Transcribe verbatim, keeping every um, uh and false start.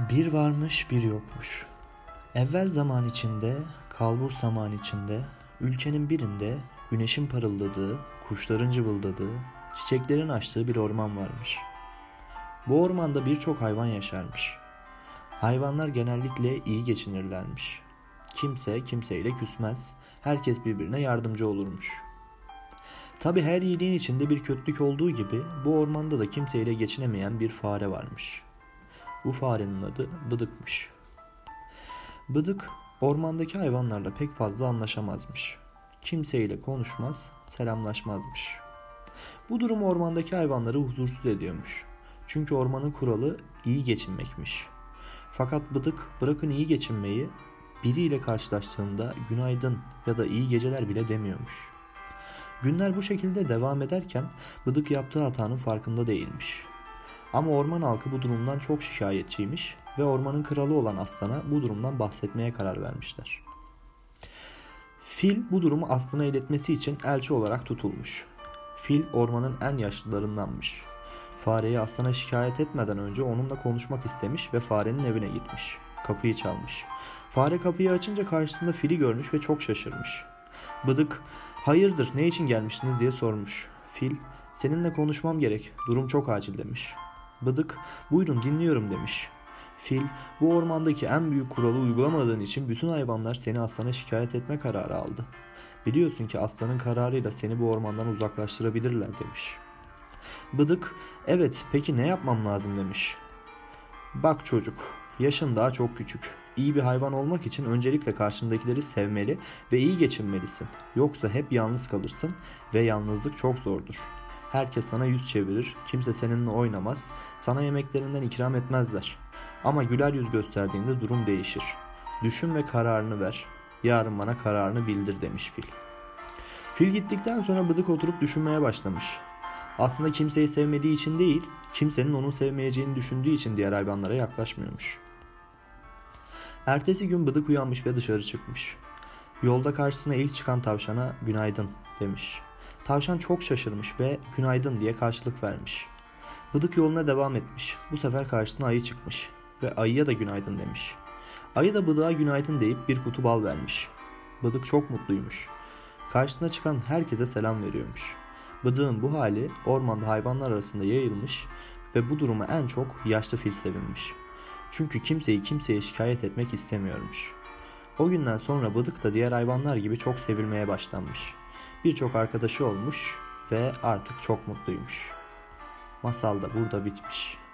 Bir varmış bir yokmuş. Evvel zaman içinde, kalbur zaman içinde, ülkenin birinde güneşin parıldadığı, kuşların cıvıldadığı, çiçeklerin açtığı bir orman varmış. Bu ormanda birçok hayvan yaşarmış. Hayvanlar genellikle iyi geçinirlermiş. Kimse kimseyle küsmez, herkes birbirine yardımcı olurmuş. Tabi her iyiliğin içinde bir kötülük olduğu gibi bu ormanda da kimseyle geçinemeyen bir fare varmış. Bu farenin adı Bıdık'mış. Bıdık ormandaki hayvanlarla pek fazla anlaşamazmış. Kimseyle konuşmaz, selamlaşmazmış. Bu durum ormandaki hayvanları huzursuz ediyormuş. Çünkü ormanın kuralı iyi geçinmekmiş. Fakat Bıdık bırakın iyi geçinmeyi, biriyle karşılaştığında günaydın ya da iyi geceler bile demiyormuş. Günler bu şekilde devam ederken Bıdık yaptığı hatanın farkında değilmiş. Ama orman halkı bu durumdan çok şikayetçiymiş ve ormanın kralı olan Aslan'a bu durumdan bahsetmeye karar vermişler. Fil bu durumu Aslan'a iletmesi için elçi olarak tutulmuş. Fil ormanın en yaşlılarındanmış. Fareyi Aslan'a şikayet etmeden önce onunla konuşmak istemiş ve farenin evine gitmiş. Kapıyı çalmış. Fare kapıyı açınca karşısında fili görmüş ve çok şaşırmış. Bıdık, "Hayırdır, ne için gelmiştiniz?" diye sormuş. Fil, "Seninle konuşmam gerek, durum çok acil." demiş. Bıdık, "Buyurun, dinliyorum." demiş. Fil, "Bu ormandaki en büyük kuralı uygulamadığın için bütün hayvanlar seni Aslan'a şikayet etme kararı aldı. Biliyorsun ki Aslan'ın kararıyla seni bu ormandan uzaklaştırabilirler." demiş. Bıdık, "Evet, peki ne yapmam lazım?" demiş. "Bak çocuk, yaşın daha çok küçük. İyi bir hayvan olmak için öncelikle karşındakileri sevmeli ve iyi geçinmelisin. Yoksa hep yalnız kalırsın ve yalnızlık çok zordur. Herkes sana yüz çevirir, kimse seninle oynamaz, sana yemeklerinden ikram etmezler. Ama güler yüz gösterdiğinde durum değişir. Düşün ve kararını ver. Yarın bana kararını bildir." demiş fil. Fil gittikten sonra Bıdık oturup düşünmeye başlamış. Aslında kimseyi sevmediği için değil, kimsenin onu sevmeyeceğini düşündüğü için diğer hayvanlara yaklaşmıyormuş. Ertesi gün Bıdık uyanmış ve dışarı çıkmış. Yolda karşısına ilk çıkan tavşana "Günaydın." demiş. Tavşan çok şaşırmış ve "Günaydın" diye karşılık vermiş. Bıdık yoluna devam etmiş. Bu sefer karşısına ayı çıkmış ve ayıya da "Günaydın" demiş. Ayı da Bıdık'a "Günaydın" deyip bir kutu bal vermiş. Bıdık çok mutluymuş. Karşısına çıkan herkese selam veriyormuş. Bıdık'ın bu hali ormanda hayvanlar arasında yayılmış ve bu duruma en çok yaşlı fil sevinmiş. Çünkü kimseyi kimseye şikayet etmek istemiyormuş. O günden sonra Bıdık da diğer hayvanlar gibi çok sevilmeye başlanmış. Birçok arkadaşı olmuş ve artık çok mutluymuş. Masal da burada bitmiş.